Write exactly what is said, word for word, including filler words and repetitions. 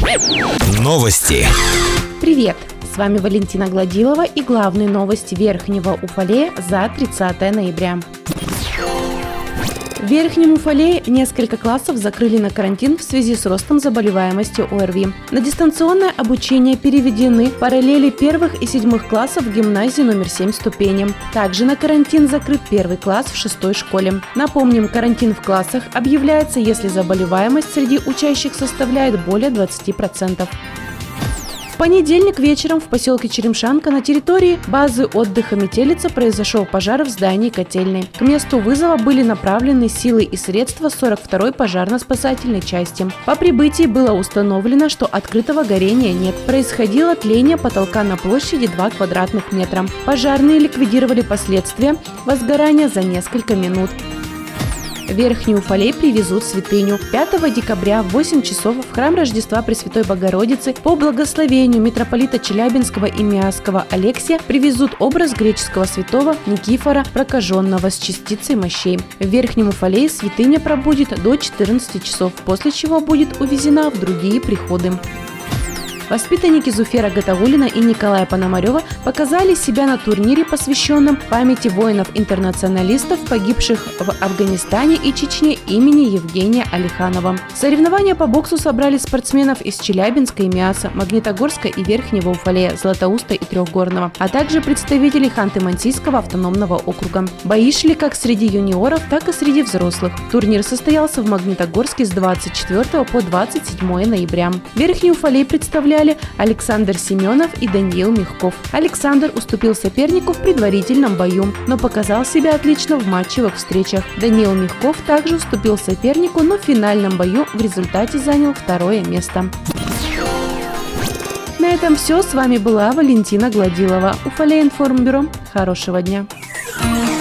Новости. Привет! С вами Валентина Гладилова и главные новости Верхнего Уфалея за тридцатое ноября. В Верхнем Уфалее несколько классов закрыли на карантин в связи с ростом заболеваемости ОРВИ. На дистанционное обучение переведены параллели первых и седьмых классов гимназии номер семь ступени. Также на карантин закрыт первый класс в шестой школе. Напомним, карантин в классах объявляется, если заболеваемость среди учащих составляет более двадцати процентов. В понедельник вечером в поселке Черемшанка на территории базы отдыха «Метелица» произошел пожар в здании котельной. К месту вызова были направлены силы и средства сорок второй пожарно-спасательной части. По прибытии было установлено, что открытого горения нет. Происходило тление потолка на площади два квадратных метра. Пожарные ликвидировали последствия возгорания за несколько минут. В Верхний Уфалей привезут святыню. пятого декабря в восемь часов в храм Рождества Пресвятой Богородицы по благословению митрополита Челябинского и Миасского Алексия привезут образ греческого святого Никифора Прокаженного с частицей мощей. В Верхнем Уфалее святыня пробудет до четырнадцати часов, после чего будет увезена в другие приходы. Воспитанники Зуфера Гатауллина и Николая Пономарева показали себя на турнире, посвященном памяти воинов-интернационалистов, погибших в Афганистане и Чечне имени Евгения Алиханова. Соревнования по боксу собрали спортсменов из Челябинска и Миаса, Магнитогорска и Верхнего Уфалея, Златоуста и Трехгорного, а также представителей Ханты-Мансийского автономного округа. Бои шли как среди юниоров, так и среди взрослых. Турнир состоялся в Магнитогорске с двадцать четвёртого по двадцать седьмое ноября. Верхний Уфалей представляли Александр Семенов и Даниил Мягков. Александр уступил сопернику в предварительном бою, но показал себя отлично в матчевых встречах. Даниил Мягков также уступил сопернику, но в финальном бою в результате занял второе место. На этом все. С вами была Валентина Гладилова. Уфалей информбюро. Хорошего дня.